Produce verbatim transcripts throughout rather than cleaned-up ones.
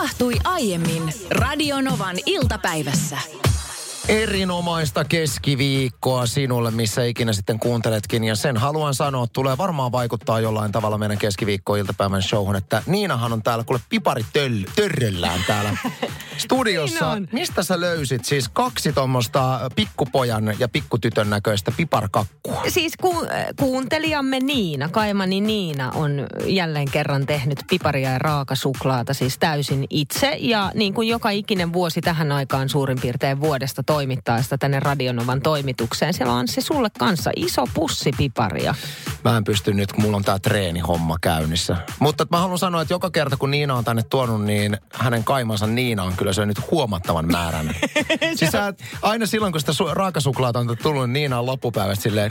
tapahtui aiemmin Radionovan iltapäivässä. Erinomaista keskiviikkoa sinulle, missä ikinä sitten kuunteletkin. Ja sen haluan sanoa, tulee varmaan vaikuttaa jollain tavalla meidän keskiviikko-iltapäivän showhun, että Niinahan on täällä, kuule pipari töl- törröllään täällä studiossa. Niin mistä sä löysit siis kaksi tuommoista pikkupojan ja pikkutytön näköistä piparkakkua? Siis ku, kuuntelijamme Niina, kaimani Niina, on jälleen kerran tehnyt piparia ja raakasuklaata siis täysin itse. Ja niin kuin joka ikinen vuosi tähän aikaan suurin piirtein vuodesta toimittaa sitä tänne Radionovan toimitukseen. Siellä on se sulle kanssa iso pussi piparia. Mä en pysty nyt, kun mulla on tää treenihomma käynnissä. Mutta mä haluan sanoa, että joka kerta kun Niina on tänne tuonut, niin hänen kaimansa Niina on kyllä syönyt huomattavan määrän. Siis sä, aina silloin, kun sitä su- raakasuklaata on tullut, niin Niina on loppupäivästä silleen...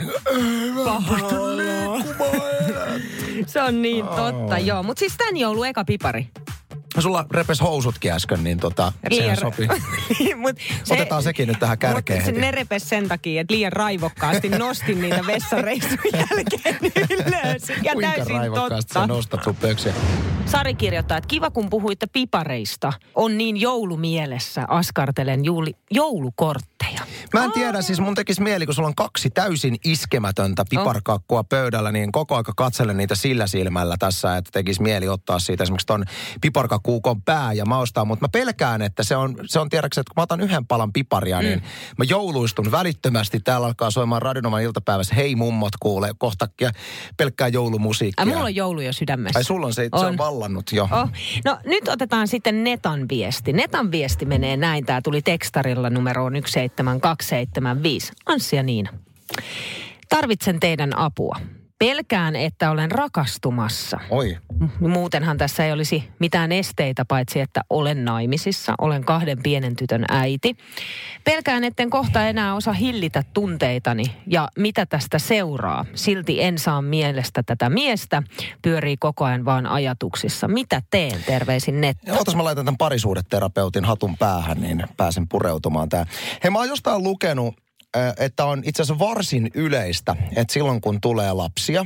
Se on niin totta, oh. joo. Mutta siis tän joulu eka pipari. Sulla repes housutkin äsken, niin tota, sehän sopii. Mut se, otetaan sekin nyt tähän kärkeen heti. Ne repes sen takia, että liian raivokkaasti nostin niitä vessareissun jälkeen ylös. Ja kuinka täysin raivokkaasti totta. sä nostat sun pöksiä? Sari kirjoittaa, että kiva kun puhuitte pipareista. On niin joulumielessä, askartelen juuli, joulukortteja. Mä en tiedä, siis mun tekisi mieli, kun sulla on kaksi täysin iskemätöntä piparkakkua pöydällä, niin koko aika katselen niitä sillä silmällä tässä, että tekisi mieli ottaa siitä esimerkiksi ton piparkakkuukon pää ja maustaa. Mutta mä pelkään, että se on, se on tiedäkseni, että kun mä otan yhden palan piparia, mm. niin mä jouluistun välittömästi. Täällä alkaa soimaan Radionovan iltapäivässä, hei mummot kuulee, kohta pelkkää joulumusiikkia. Ai mulla on joulu jo sydämessä. Ai sulla on se, on. se on vallannut jo. Oh. No nyt otetaan sitten Netan viesti. Netan viesti menee näin. Tää tuli tekstarilla numeroon yksi seitsemän kaksi seitsemän viisi. Anssi ja Niina. Tarvitsen teidän apua. Pelkään, että olen rakastumassa. Oi. Muutenhan tässä ei olisi mitään esteitä, paitsi että olen naimisissa. Olen kahden pienen tytön äiti. Pelkään, etten kohta enää osaa hillitä tunteitani ja mitä tästä seuraa. Silti en saa mielestä tätä miestä. Pyörii koko ajan vaan ajatuksissa. Mitä teen? Terveisin Netta. Ootas mä laitan tämän parisuhdeterapeutin hatun päähän, niin pääsen pureutumaan tähän. Hei, mä oon jostain lukenut, että on itse asiassa varsin yleistä, että silloin kun tulee lapsia,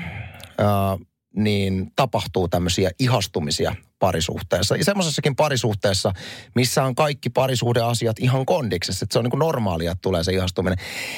niin tapahtuu tämmöisiä ihastumisia parisuhteessa. Ja semmoisessakin parisuhteessa, missä on kaikki parisuhdeasiat ihan kondiksessa. Että se on niin kuin normaalia, että tulee se ihastuminen.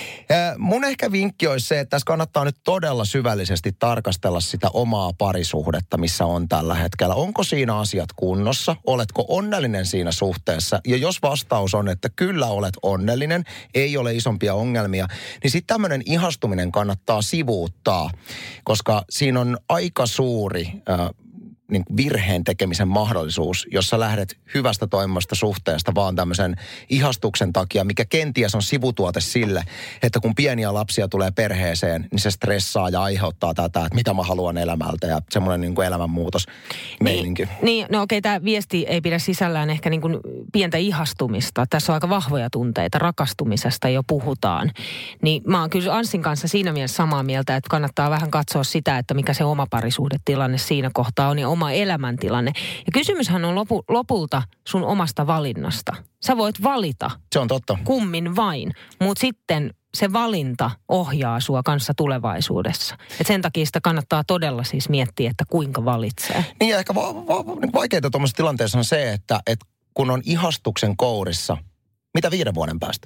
Mun ehkä vinkki olisi se, että tässä kannattaa nyt todella syvällisesti tarkastella sitä omaa parisuhdetta, missä on tällä hetkellä. Onko siinä asiat kunnossa? Oletko onnellinen siinä suhteessa? Ja jos vastaus on, että kyllä olet onnellinen, ei ole isompia ongelmia, niin sitten tämmöinen ihastuminen kannattaa sivuuttaa, koska siinä on aika suuri Äh, niin virheen tekemisen mahdollisuus, jos sä lähdet hyvästä toimivasta suhteesta vaan tämmöisen ihastuksen takia, mikä kenties on sivutuote sille, että kun pieniä lapsia tulee perheeseen, niin se stressaa ja aiheuttaa tätä, että mitä mä haluan elämältä ja semmoinen niin kuin elämänmuutos meininki. Niin, niin, no okei, tämä viesti ei pidä sisällään ehkä niin kuin pientä ihastumista. Tässä on aika vahvoja tunteita, rakastumisesta jo puhutaan. Niin mä oon kyllä Anssin kanssa siinä mielessä samaa mieltä, että kannattaa vähän katsoa sitä, että mikä se oma parisuhdetilanne siinä kohtaa on ja oma elämäntilanne. Ja kysymyshän on lopu, lopulta sun omasta valinnasta. Sä voit valita. Se on totta. Kummin vain. Mutta sitten se valinta ohjaa sua kanssa tulevaisuudessa. Et sen takia sitä kannattaa todella siis miettiä, että kuinka valitsee. Niin ja ehkä va- va- vaikeita tuommoisessa tilanteessa on se, että et kun on ihastuksen kourissa, mitä viiden vuoden päästä?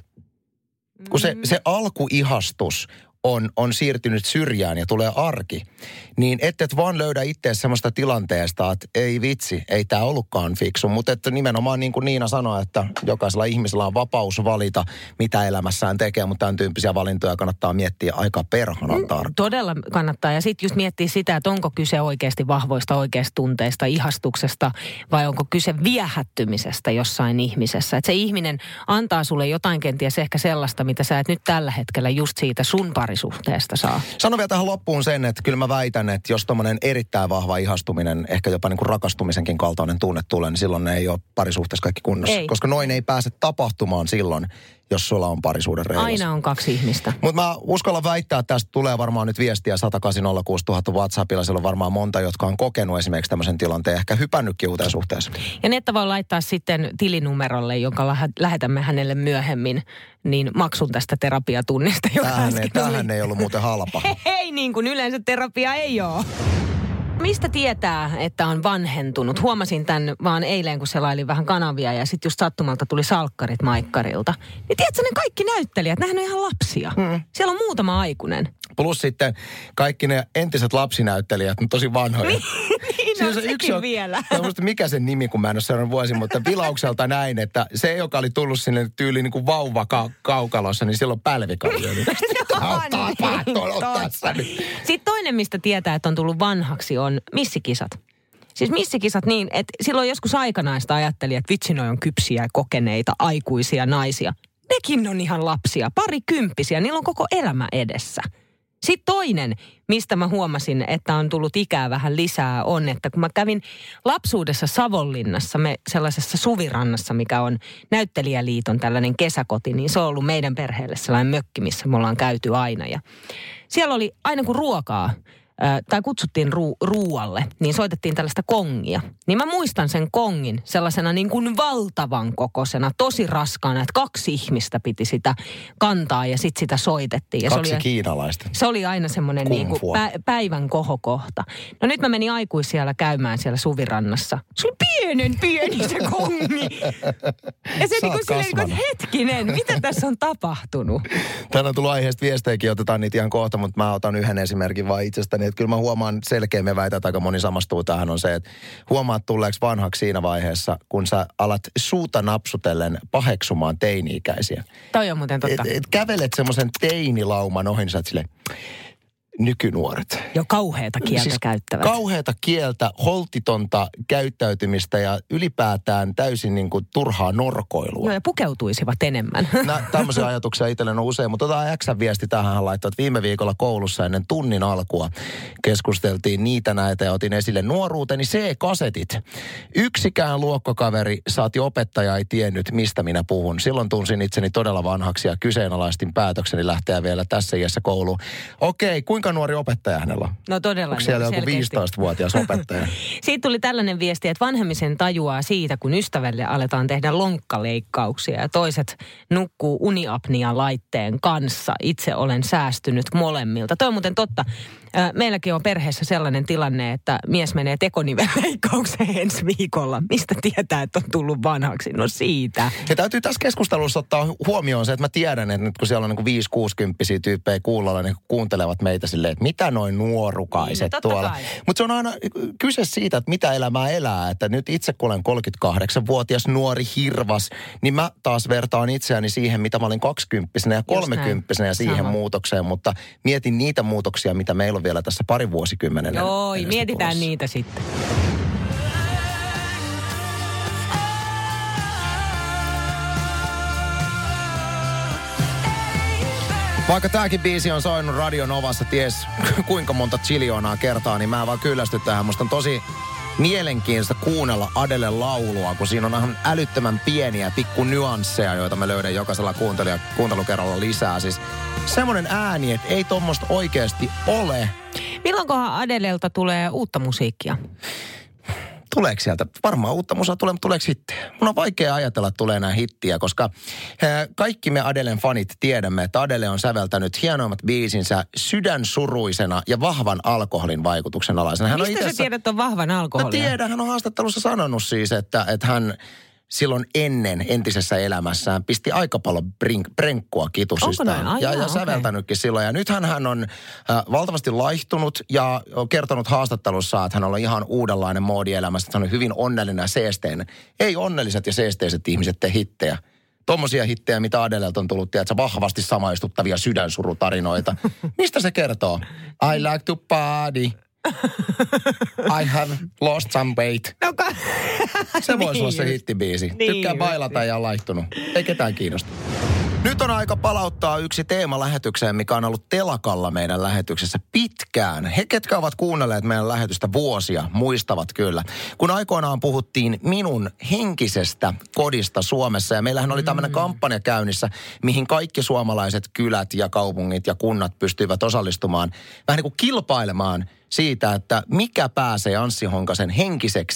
Kun se, se alkuihastus on, on siirtynyt syrjään ja tulee arki, niin et et vaan löydä itseäsi semmoista tilanteesta, että ei vitsi, ei tämä ollutkaan fiksu. Mutta että nimenomaan niin kuin Niina sanoi, että jokaisella ihmisellä on vapaus valita, mitä elämässään tekee, mutta tämän tyyppisiä valintoja kannattaa miettiä aika perhanan tarkkaan. Todella kannattaa. Ja sitten just miettiä sitä, että onko kyse oikeasti vahvoista oikeasta tunteista, ihastuksesta, vai onko kyse viehättymisestä jossain ihmisessä. Että se ihminen antaa sulle jotain kenties ehkä sellaista, mitä sä et nyt tällä hetkellä just siitä sun parisuhteesta saa. Sano vielä tähän loppuun sen, että kyllä mä väitän, että jos tommonen erittäin vahva ihastuminen, ehkä jopa niin kuin rakastumisenkin kaltainen tunne tulee, niin silloin ne ei ole parisuhteessa kaikki kunnossa. Ei. Koska noin ei pääse tapahtumaan silloin, jos sulla on parisuuden reilas. Aina on kaksi ihmistä. Mutta mä uskallan väittää, että tästä tulee varmaan nyt viestiä sata kahdeksan nolla kuusi nolla nolla nolla WhatsAppilla. Siellä on varmaan monta, jotka on kokenut esimerkiksi tämmöisen tilanteen, ehkä hypännytkin uuteen suhteessa. Ja Netta voi laittaa sitten tilinumerolle, jonka lä- lähetämme hänelle myöhemmin, niin maksun tästä terapiatunnista. Tämähän ei, tämähän ei ollut muuten halpa. Hei, niin kuin yleensä terapia ei ole. Mistä tietää, että on vanhentunut? Huomasin tämän vaan eilen, kun selailin vähän kanavia ja sitten just sattumalta tuli salkkarit Maikkarilta. Niin tiedätkö, ne kaikki näyttelijät, nehän on ihan lapsia. Mm. Siellä on muutama aikuinen. Plus sitten kaikki ne entiset lapsinäyttelijät on tosi vanhoja. Niin, no, se yksi on, vielä. Musta mikä sen nimi, kun mä en ole seurannut vuosi, mutta vilaukselta näin, että se, joka oli tullut sinne tyyliin niin kuin vauva ka- kaukalossa, niin silloin pälvikallio. Sitten toinen, mistä tietää, että on tullut vanhaksi, on missikisat. Siis missikisat niin, että silloin joskus aikanaista ajatteli, että vitsi, noi on kypsiä ja kokeneita, aikuisia naisia. Nekin on ihan lapsia, parikymppisiä, niillä on koko elämä edessä. Sitten toinen, mistä mä huomasin, että on tullut ikää vähän lisää, on, että kun mä kävin lapsuudessa Savonlinnassa, me sellaisessa Suvirannassa, mikä on Näyttelijäliiton tällainen kesäkoti, niin se on ollut meidän perheelle sellainen mökki, missä me ollaan käyty aina. Ja siellä oli aina kun ruokaa, tai kutsuttiin ruu, ruualle, niin soitettiin tällaista kongia. Niin mä muistan sen kongin sellaisena niin kuin valtavan kokoisena, tosi raskaana, että kaksi ihmistä piti sitä kantaa ja sitten sitä soitettiin. Ja kaksi se oli, kiinalaista. Se oli aina semmoinen niin kuin pä, päivän kohokohta. No nyt mä menin aikuisiellä käymään siellä Suvirannassa. Se oli pienen pieni se kongi. Ja se niin kuin silleen, että hetkinen, mitä tässä on tapahtunut? Tänään on tullut aiheesta viestejäkin, otetaan niitä ihan kohta, mutta mä otan yhden esimerkin vaan itsestäni. Että kyllä mä huomaan selkeä, me väitän, että aika moni samastuu tähän, on se, että huomaat tulleeksi vanhaksi siinä vaiheessa, kun sä alat suuta napsutellen paheksumaan teini-ikäisiä. Toi on muuten totta. Et, et kävelet semmoisen teinilauman ohi, niin sä oot silleen, nykynuoret. Jo kauheata kieltä siis käyttävät. Kauheata kieltä, holtitonta käyttäytymistä ja ylipäätään täysin niin kuin turhaa norkoilua. Joo, ja pukeutuisivat enemmän. Nä, tämmöisiä ajatuksia itselleni on usein, mutta otetaan X-viesti tähän. Hän laittoi, että viime viikolla koulussa ennen tunnin alkua keskusteltiin niitä näitä ja otin esille nuoruuteni C-kasetit. Yksikään luokkakaveri saati opettaja ei tiennyt, mistä minä puhun. Silloin tunsin itseni todella vanhaksi ja kyseenalaistin päätökseni lähteä vielä tässä iässä kouluun. Okei, kuinka nuori opettaja hänellä on? No todella. Onko siellä joku viisitoistavuotias opettaja? Siitä tuli tällainen viesti, että vanhemmisen tajuaa siitä, kun ystävälle aletaan tehdä lonkkaleikkauksia ja toiset nukkuu uniapnia-laitteen kanssa. Itse olen säästynyt molemmilta. Toi on muuten totta. Meilläkin on perheessä sellainen tilanne, että mies menee tekonivelleikkaukseen ensi viikolla. Mistä tietää, että on tullut vanhaksi? No siitä. Ja täytyy tässä keskustelussa ottaa huomioon se, että mä tiedän, että nyt kun siellä on niin viisi kuusikymppisiä tyyppejä kuulolla, niin kuuntelevat meitä silleen, että mitä noin nuorukaiset niin, tuolla. Mutta se on aina kyse siitä, että mitä elämää elää. Että nyt itse kun olen kolmekymmentäkahdeksanvuotias nuori hirvas, niin mä taas vertaan itseäni siihen, mitä mä olin kaksikymppisenä ja kolmekymppisenä ja siihen Sama. muutokseen. Mutta mietin niitä muutoksia, mitä meillä on vielä tässä pari vuosikymmenen. Joo, mietitään tulossa. Niitä sitten. Vaikka tääkin biisi on soinut Radio Novassa ties kuinka monta chiljoonaa kertaa, niin mä vaan kyllästy tähän. Musta on tosi mielenkiintoista kuunnella Adelen laulua, kun siinä on ihan älyttömän pieniä pikku nyansseja, joita mä löydän jokaisella kuuntelija, kuuntelukerralla lisää. Siis semmoinen ääni, että ei tommoista oikeasti ole. Milloinkohan Adelelta tulee uutta musiikkia? Tuleeko sieltä? Varmaan uutta musaa tulee, mutta tuleeko hittejä? Mun on vaikea ajatella, että tulee enää hittiä, koska kaikki me Adelen fanit tiedämme, että Adele on säveltänyt hienoimmat biisinsä sydänsuruisena ja vahvan alkoholin vaikutuksen alaisena. Hän Mistä on sä tiedät on vahvan alkoholin? No tiedän, hän on haastattelussa sanonut siis, että, että hän silloin ennen entisessä elämässään pisti aika paljon brink, brenkkua kitusistaan. Ai, ja, jaa, ja säveltänytkin okay. silloin. Ja nythän hän on äh, valtavasti laihtunut ja on kertonut haastattelussa, että hän on ihan uudenlainen moodi elämässä. Hän on hyvin onnellinen ja seesteinen. Ei onnelliset ja seesteiset ihmiset tee hittejä. Tommosia hittejä, mitä Adelelta on tullut, tiedätkö, vahvasti samaistuttavia sydänsurutarinoita. Mistä se kertoo? I like to party. I have lost some weight. No, ka- se voisi niin olla se hittibiisi. Niin Tykkää just. bailata ja on laihtunut. Ei ketään kiinnosta. Nyt on aika palauttaa yksi teema lähetykseen, mikä on ollut telakalla meidän lähetyksessä pitkään. He, ketkä ovat kuunnelleet meidän lähetystä vuosia, muistavat kyllä. Kun aikoinaan puhuttiin minun henkisestä kodista Suomessa, ja meillähän oli tämmöinen mm. kampanja käynnissä, mihin kaikki suomalaiset kylät ja kaupungit ja kunnat pystyivät osallistumaan, vähän niin kuin kilpailemaan siitä, että mikä pääsee Anssi Honkasen henkiseksi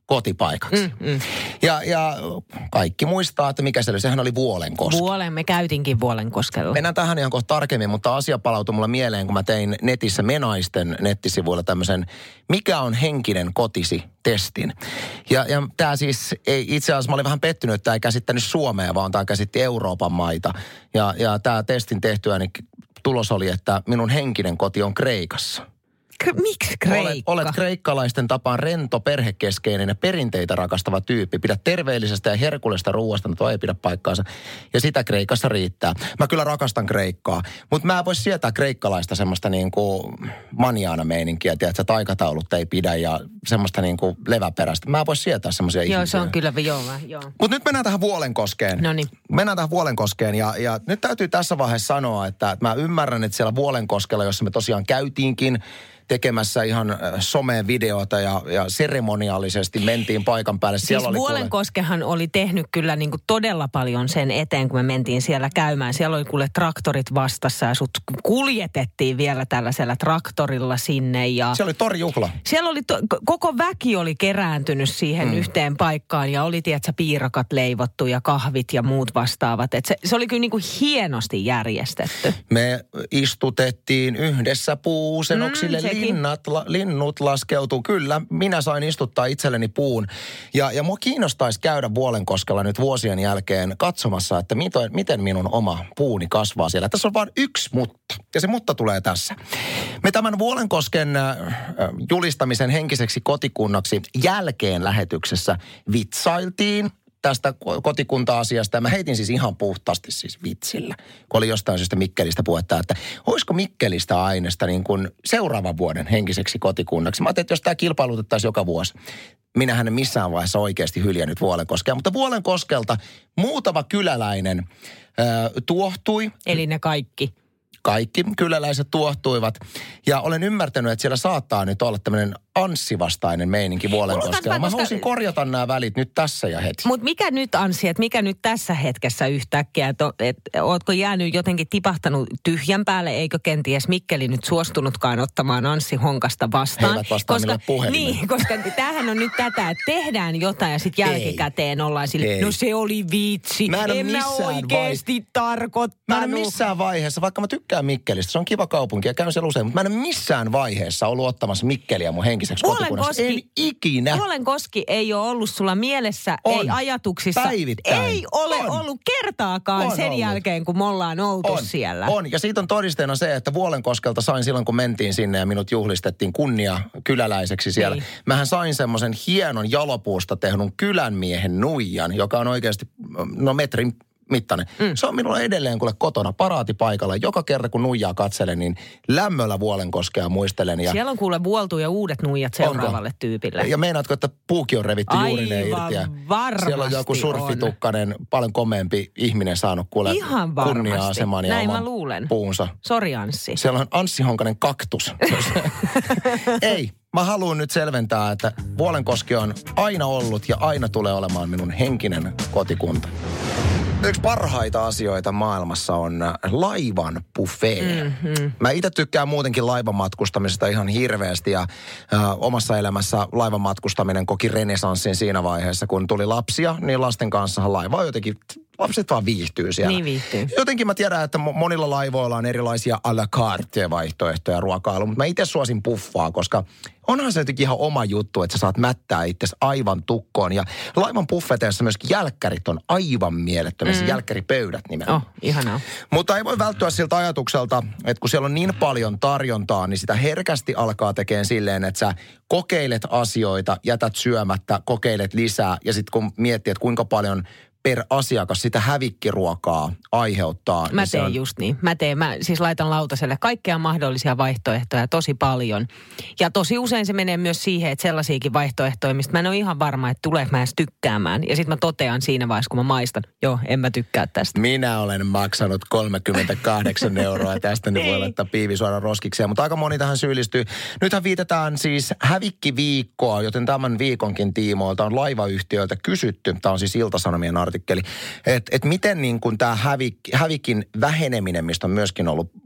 kotipaikaksi. Mm, mm. Ja, ja kaikki muistaa, että mikä se oli. Sehän oli Vuolenkoski. Vuolen, me käytinkin Vuolenkoskella. Mennään tähän ihan kohta tarkemmin, mutta asia palautui mulle mieleen, kun mä tein netissä Menaisten nettisivuilla tämmöisen Mikä on henkinen kotisi testin. Ja, ja tämä siis, ei, itse asiassa mä olin vähän pettynyt, että tämä ei käsittänyt Suomea, vaan tämä käsitti Euroopan maita. Ja, ja tämä testin tehtyä, niin tulos oli, että minun henkinen koti on Kreikassa. K- miksi Kreikka? Olet, olet kreikkalaisten tapaan rento, perhekeskeinen ja perinteitä rakastava tyyppi. Pidät terveellisestä ja herkullisesta ruuasta, mutta ei pidä paikkaansa. Ja sitä Kreikassa riittää. Mä kyllä rakastan Kreikkaa, mutta mä en voi sietää kreikkalaista semmoista niin kuin maniaana meininkiä, että taikataulut ei pidä ja semmoista niin kuin leväperäistä. Mä en voi sietää semmoisia ihmisiä. Joo, se on kyllä, joo. joo. Mutta nyt mennään tähän Vuolenkoskeen. Noniin. Mennään tähän Vuolenkoskeen ja, ja nyt täytyy tässä vaiheessa sanoa, että, että mä ymmärrän, että siellä Vuolenkoskella, jossa me tosiaan käytiinkin, tekemässä ihan someen videota ja, ja seremoniaalisesti mentiin paikan päälle. Siellä siis oli Vuolenkoskehan kuule... oli tehnyt kyllä niin kuin todella paljon sen eteen, kun me mentiin siellä käymään. Siellä oli kuule traktorit vastassa ja sut kuljetettiin vielä tällaisella traktorilla sinne. Ja siellä oli torjuhla. Siellä oli, to... koko väki oli kerääntynyt siihen mm. yhteen paikkaan ja oli, tiedätkö, piirakat leivottu ja kahvit ja muut vastaavat. Et se, se oli kyllä niin kuin hienosti järjestetty. Me istutettiin yhdessä puusenoksille mm, Linnat, la, linnut laskeutuu. Kyllä, minä sain istuttaa itselleni puun. Ja, ja mua kiinnostaisi käydä Vuolenkoskella nyt vuosien jälkeen katsomassa, että miten, miten minun oma puuni kasvaa siellä. Tässä on vain yksi mutta. Ja se mutta tulee tässä. Me tämän Vuolenkosken äh, julistamisen henkiseksi kotikunnaksi jälkeen lähetyksessä vitsailtiin tästä kotikunta-asiasta. Ja mä heitin siis ihan puhtaasti siis vitsillä, kun oli jostain syystä Mikkelistä puhetta, että olisiko Mikkelistä aineesta niin kuin seuraavan vuoden henkiseksi kotikunnaksi. Mä ajattelin, että jos tämä kilpailutettaisiin joka vuosi, minähän en missään vaiheessa oikeasti hyljännyt Vuolenkoskea. Mutta Vuolenkoskelta muutama kyläläinen äh, tuohtui. Eli ne kaikki. Kaikki kyläläiset tuohtuivat. Ja olen ymmärtänyt, että siellä saattaa nyt olla tämmöinen Anssi-vastainen meininki Vuolenkoskella. Mä haluaisin korjata nämä välit nyt tässä ja heti. Mutta mikä nyt, Anssi, että mikä nyt tässä hetkessä yhtäkkiä, että et, ootko jäänyt jotenkin tipahtanut tyhjän päälle, eikö kenties Mikkeli nyt suostunutkaan ottamaan Anssi Honkasta vastaan? He eivät vastaa koska, niin, koska tämähän on nyt tätä, että tehdään jotain ja sitten jälkikäteen ollaan sille, no se oli vitsi, mä en, en mä oikeasti vai... tarkoittanut. Mä en missään vaiheessa, vaikka mä tykkään Mikkelistä, se on kiva kaupunki ja käyn siellä usein, mutta mä en missään vaiheessa ollut ottamassa Mikkeliä mun henkiseksi kotikunnaksi. En ikinä. Vuolenkoski ei ole ollut sulla mielessä, on. Ei ajatuksissa. Päivittäin. Ei ole on. ollut kertaakaan on sen ollut. Jälkeen, kun me ollaan oltu on. siellä. On, ja siitä on todisteena se, että Vuolenkoskelta sain silloin, kun mentiin sinne ja minut juhlistettiin kunnia kyläläiseksi siellä. Niin. Mähän sain semmoisen hienon jalopuusta tehdyn kylänmiehen nuijan, joka on oikeasti, no metrin mittainen. Mm. Se on minulla edelleen kuule kotona paraatipaikalla. Joka kerta kun nuijaa katselen, niin lämmöllä Vuolenkoskea muistelen. Ja siellä on kuule vuoltu ja uudet nuijat seuraavalle onko? Tyypille. Ja meinaatko, että puukin on revitty aivan juuri ne irti. Ja varmasti siellä on joku surfitukkainen, on. paljon komeampi ihminen saanut kuule kunnia-aseman ja oman luulen. puunsa. Sori Anssi. Siellä on Anssi Honkanen kaktus. Ei. Mä haluan nyt selventää, että Vuolenkoski on aina ollut ja aina tulee olemaan minun henkinen kotikunta. Yksi parhaita asioita maailmassa on laivan buffet. Mm-hmm. Mä itse tykkään muutenkin laivan matkustamisesta ihan hirveästi ja ö, omassa elämässä laivan matkustaminen koki renesanssin siinä vaiheessa, kun tuli lapsia, niin lasten kanssahan laiva on jotenkin, lapset vaan viihtyy siellä. Niin viihtyy. Jotenkin mä tiedän, että monilla laivoilla on erilaisia à la carte vaihtoehtoja ruokailuun, mutta mä itse suosin buffaa, koska onhan se jotenkin ihan oma juttu, että sä saat mättää itsesi aivan tukkoon. Ja laivan buffeteissa myöskin jälkkärit on aivan mielettömissä, mm. jälkkäripöydät nimenomaan. Oh, ihanaa. Mutta ei voi välttyä siltä ajatukselta, että kun siellä on niin paljon tarjontaa, niin sitä herkästi alkaa tekemään silleen, että sä kokeilet asioita, jätät syömättä, kokeilet lisää. Ja sitten kun miettii, että kuinka paljon per asiakas sitä hävikkiruokaa aiheuttaa. Mä niin teen on just niin. Mä teen, mä siis laitan lautaselle kaikkea mahdollisia vaihtoehtoja tosi paljon. Ja tosi usein se menee myös siihen, että sellaisiakin vaihtoehtoja, mistä mä en ole ihan varma, että tuleeko mä edes tykkäämään. Ja sitten mä totean siinä vaiheessa, kun mä maistan, joo, en mä tykkää tästä. Minä olen maksanut kolmekymmentäkahdeksan euroa ja tästä nyt voi laittaa piivisuoran roskiksia, mutta aika moni tähän syyllistyy. Nythän viitataan siis hävikkiviikkoa, joten tämän viikonkin tiimoilta on laivayhtiöiltä kysytty. Tämä on siis Ilta-Sanomien artikkeli. Että et miten niin kuin tämä hävik, hävikin väheneminen, mistä on myöskin ollut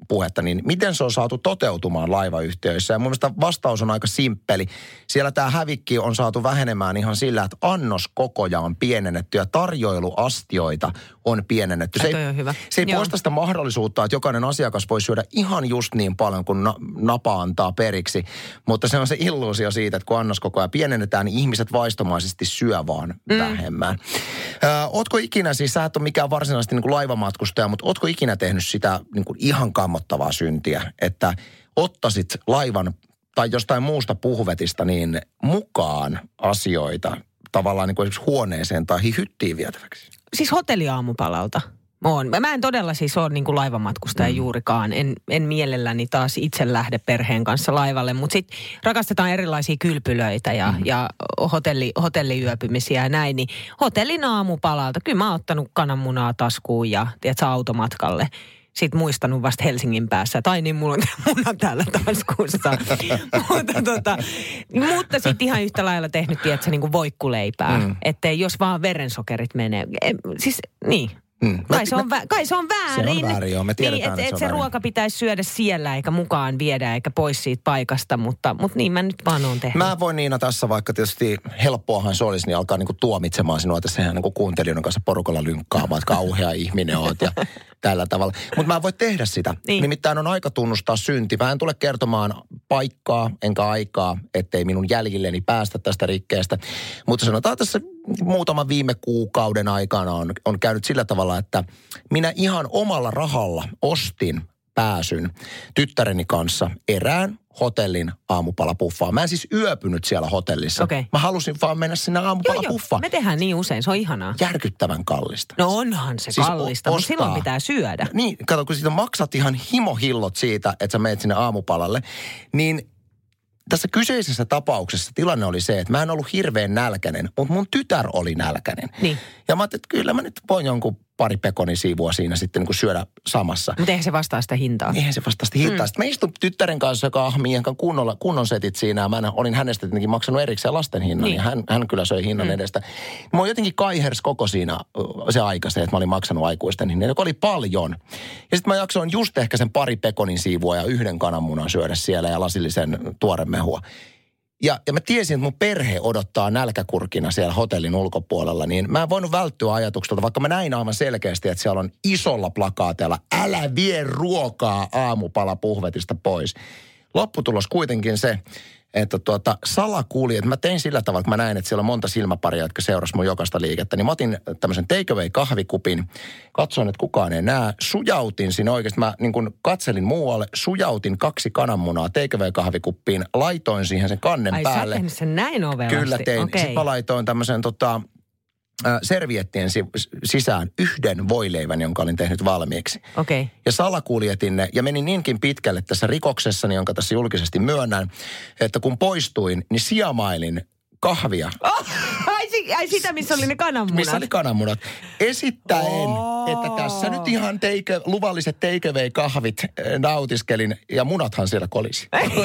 puhetta, niin miten se on saatu toteutumaan laivayhtiöissä? Ja mun mielestä vastaus on aika simppeli. Siellä tämä hävikki on saatu vähenemään ihan sillä, että annoskokoja on pienennetty ja tarjoiluastioita on pienennetty. Se ei, on hyvä. Se ei poista sitä mahdollisuutta, että jokainen asiakas voi syödä ihan just niin paljon, kun na- napa antaa periksi. Mutta se on se illuusio siitä, että kun annoskokoja pienennetään, niin ihmiset vaistomaisesti syö vaan mm. vähemmän. Ö, ootko ikinä, siis sä et ole mikään varsinaisesti niin kuin laivamatkustaja, mutta ootko ikinä tehnyt sitä niin kuin ihan kammottavaa syntiä, että ottaisit laivan tai jostain muusta puhvetista niin mukaan asioita tavallaan niin kuin esimerkiksi huoneeseen tai hyttiin vietäväksi? Siis hotelliaamupalalta. Oon. Mä en todella siis ole niin kuin laivamatkustaja mm. juurikaan. En, en mielelläni taas itse lähde perheen kanssa laivalle, mutta sitten rakastetaan erilaisia kylpylöitä ja, mm. ja hotelli, hotelliyöpymisiä ja näin. Niin hotellin aamupalalta, kyllä mä oon ottanut kananmunaa taskuun ja tiedätkö, automatkalle. Sitten muistanut vasta Helsingin päässä, tai niin mulla on muna täällä taskussa. mutta tota, mutta sitten ihan yhtä lailla tehnyt, tiedätkö, niin kuin voikkuleipää. Mm. Että jos vaan verensokerit menee. E, siis niin. Hmm. Kai, se on, vä- kai se on väärin. Se on väärin, joo. Me tiedetään, niin, että et, se on se väärin. ruoka pitäisi syödä siellä eikä mukaan viedä eikä pois siitä paikasta, mutta, mutta niin mä nyt vaan oon tehnyt. Mä voin Niina tässä, vaikka tietysti helppoahan se olisi, niin alkaa niinku tuomitsemaan sinua tässä ihan niinku kuuntelijoiden kanssa porukalla lynkkaamaan, että kauhea ihminen oot ja tällä tavalla. Mutta mä en voi tehdä sitä. Niin. Nimittäin on aika tunnustaa synti. Mä en tule kertomaan paikkaa enkä aikaa, ettei minun jäljilleni päästä tästä rikkeestä. Mutta sanotaan tässä muutaman viime kuukauden aikana on, on käynyt sillä tavalla, että minä ihan omalla rahalla ostin pääsyn tyttäreni kanssa erään hotellin aamupalapuffaan. Mä en siis yöpynyt siellä hotellissa. Okay. Mä halusin vaan mennä sinne aamupalapuffaan. Me tehdään niin usein, se on ihanaa. Järkyttävän kallista. No onhan se siis kallista, mutta silloin pitää syödä. Niin, kato, kun siitä maksat ihan himohillot siitä, että sä menet sinne aamupalalle, niin tässä kyseisessä tapauksessa tilanne oli se, että mä en ollut hirveän nälkäinen, mutta mun tytär oli nälkäinen. Niin. Ja mä ajattelin, että kyllä mä nyt voin jonkun pari pekonisiivua siinä sitten niin kuin syödä samassa. Mutta eihän se vastaa sitä hintaa. Eihän se vastaa sitä hintaa. Mm. Sitten mä istun tyttären kanssa, joka ahmii ihan kunnolla, kunnon setit siinä. Ja mä olin hänestä tietenkin maksanut erikseen lasten hinnan. Niin. Ja hän, hän kyllä söi hinnan mm. edestä. Mä oon jotenkin kaihers koko siinä se aika se, että mä olin maksanut aikuisten hinnan, joka oli paljon. Ja sitten mä jaksoin just ehkä sen pari pekonin siivua ja yhden kananmunan syödä siellä ja lasillisen tuoremehua. Ja, ja mä tiesin, että mun perhe odottaa nälkäkurkina siellä hotellin ulkopuolella, niin mä en voinut välttyä ajatukselta, vaikka mä näin aivan selkeästi, että siellä on isolla plakaateella, älä vie ruokaa aamupalapuhvetista pois. Lopputulos kuitenkin se, että tuota, salakuljet, mä tein sillä tavalla, että mä näin, että siellä on monta silmäparia, jotka seurasi mun jokaista liikettä, niin mä otin tämmöisen take away kahvikupin, katsoin, että kukaan ei näe, sujautin sinne oikeasti, mä niin kuin katselin muualle, sujautin kaksi kananmunaa take away kahvikuppiin, laitoin siihen sen kannen Ai, päälle. Ai sä sen näin ovelasti? Kyllä tein. Okay. Sitten mä laitoin tämmöisen tota, äh, serviettien sisään yhden voileivän, jonka olin tehnyt valmiiksi. Okay. Ja salakuljetin ne ja menin niinkin pitkälle tässä rikoksessani, jonka tässä julkisesti myönnän, että kun poistuin, niin sijamailin kahvia. Oh, ai, ai sitä, missä oli ne kananmunat. Missä oli kananmunat. Esittäen, oh. että tässä nyt ihan teike, luvalliset take away kahvit nautiskelin ja munathan siellä kolisi.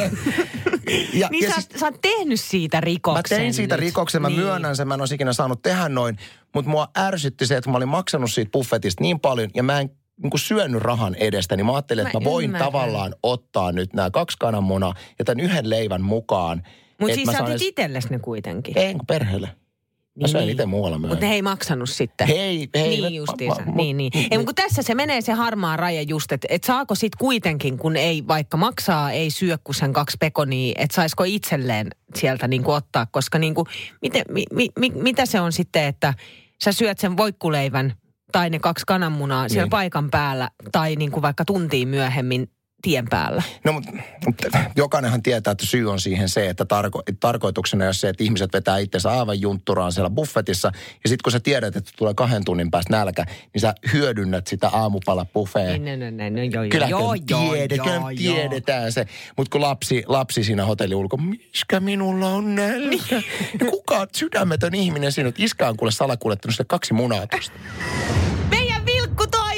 Ja, niin ja sä, siis, sä oot tehnyt siitä rikoksen. Mä tein siitä nyt. rikoksen, mä niin. myönnän sen, mä en olisi ikinä saanut tehdä noin. Mutta mua ärsytti se, että mä olin maksanut siitä buffetista niin paljon ja mä en niin kuin syönyt rahan edestä. Niin mä ajattelin, että mä, mä voin ymmärrän. tavallaan ottaa nyt nämä kaksi kananmunaa ja tämän yhden leivän mukaan. Mutta siis sä otit edes itsellesi ne kuitenkin. Ei, kun perheelle. Mä niin, söin itse muualla myöhemmin. Mutta he ei maksanut sitten. Hei, hei. Niin justiinsa, ma, ma, niin, niin. Ei, mutta kun tässä se menee se harmaa raja just, että et saako sit kuitenkin, kun ei vaikka maksaa, ei syö kuin sen kaksi pekonia, että saisiko itselleen sieltä niinku ottaa, koska niinku, miten, mi, mi, mi, mitä se on sitten, että sä syöt sen voikkuleivän tai ne kaksi kananmunaa niin. siellä paikan päällä tai niinku vaikka tuntiin myöhemmin tien päällä. No, mutta jokainenhan tietää, että syy on siihen se, että tarko, tarkoituksena on se, että ihmiset vetää itsensä aivan juntturaan siellä buffetissa. Ja sitten kun sä tiedät, että tulee kahden tunnin päästä nälkä, niin sä hyödynnät sitä aamupalabuffea. No, no, no, no, joo, kyllä joo, tiedät, joo, kyllä joo, tiedetään joo. se. Mutta kun lapsi, lapsi siinä hotellin ulko, miskä minulla on nälkä? Ja kuka sydämetön ihminen siinä, että iskä on kuule salakuljettanut sille kaksi munaa tuosta. Meidän vilkku toimii!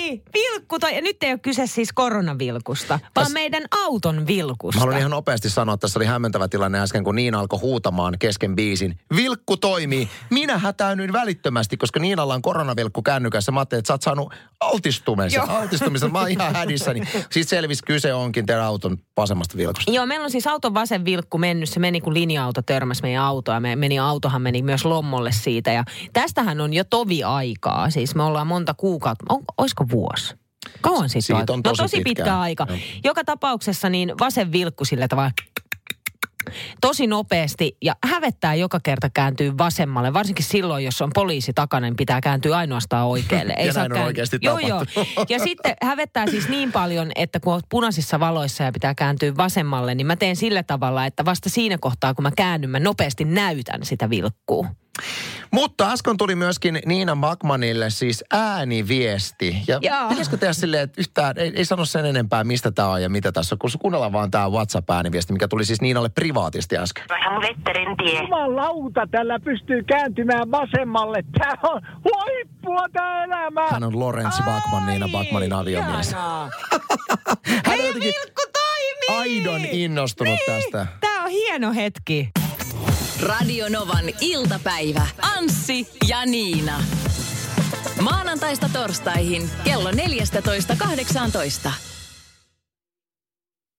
Niin, vilkku toi. Ja nyt ei ole kyse siis koronavilkusta, vaan Täs... meidän auton vilkusta. Mä haluan ihan nopeasti sanoa, että tässä oli hämmentävä tilanne äsken, kun Niina alkoi huutamaan kesken biisin. Vilkku toimii. Minä hätäännyin välittömästi, koska Niinalla on koronavilkku kännykässä. Mä ajattelin, että sä oot saanut altistumisen. Altistumisen. Mä oon ihan hädissäni. Siis selvisi, kyse onkin teidän auton vasemmasta vilkusta. Joo, meillä on siis auton vasen vilkku mennyt. Se meni, kun linja-auto törmäsi meidän autoa. Ja me meni, autohan meni myös lommolle siitä. Ja tästähän on jo tovi aikaa. Siis me ollaan monta kuukautta. On, olisiko vuosi? Kauan siitä, siitä on tosi, no, tosi pitkä, pitkä aika. No. Joka tapauksessa niin vasen vilkku sillä tavalla tosi nopeasti ja hävettää joka kerta kääntyy vasemmalle. Varsinkin silloin, jos on poliisi takana, niin pitää kääntyä ainoastaan oikealle. Ei ja saa näin on oikeasti joo, tapahtunut. joo. Ja sitten hävettää siis niin paljon, että kun olet punaisissa valoissa ja pitää kääntyä vasemmalle, niin mä teen sillä tavalla, että vasta siinä kohtaa, kun mä käännyn, mä nopeasti näytän sitä vilkkuu. Mutta äsken tuli myöskin Niina Backmanille siis ääniviesti. Ja Jaa. pitäisikö tehdä silleen, että yhtään, ei, ei sano sen enempää, mistä tämä on ja mitä tässä on, kun kuunnellaan vaan tämä WhatsApp-ääniviesti, mikä tuli siis Niinalle privaatisti äsken. Vähän vetterin tie. Jumalauta, tällä pystyy kääntymään vasemmalle. Tää on huippua tää elämä. Hän on Lorenz Backman, Niina Backmanin aviomies. Hän on jotenkin Vilkku toimii! aidon innostunut niin. tästä. Tää on hieno hetki. Radio Novan iltapäivä. Anssi ja Niina. Maanantaista torstaihin kello neljätoista kahdeksantoista.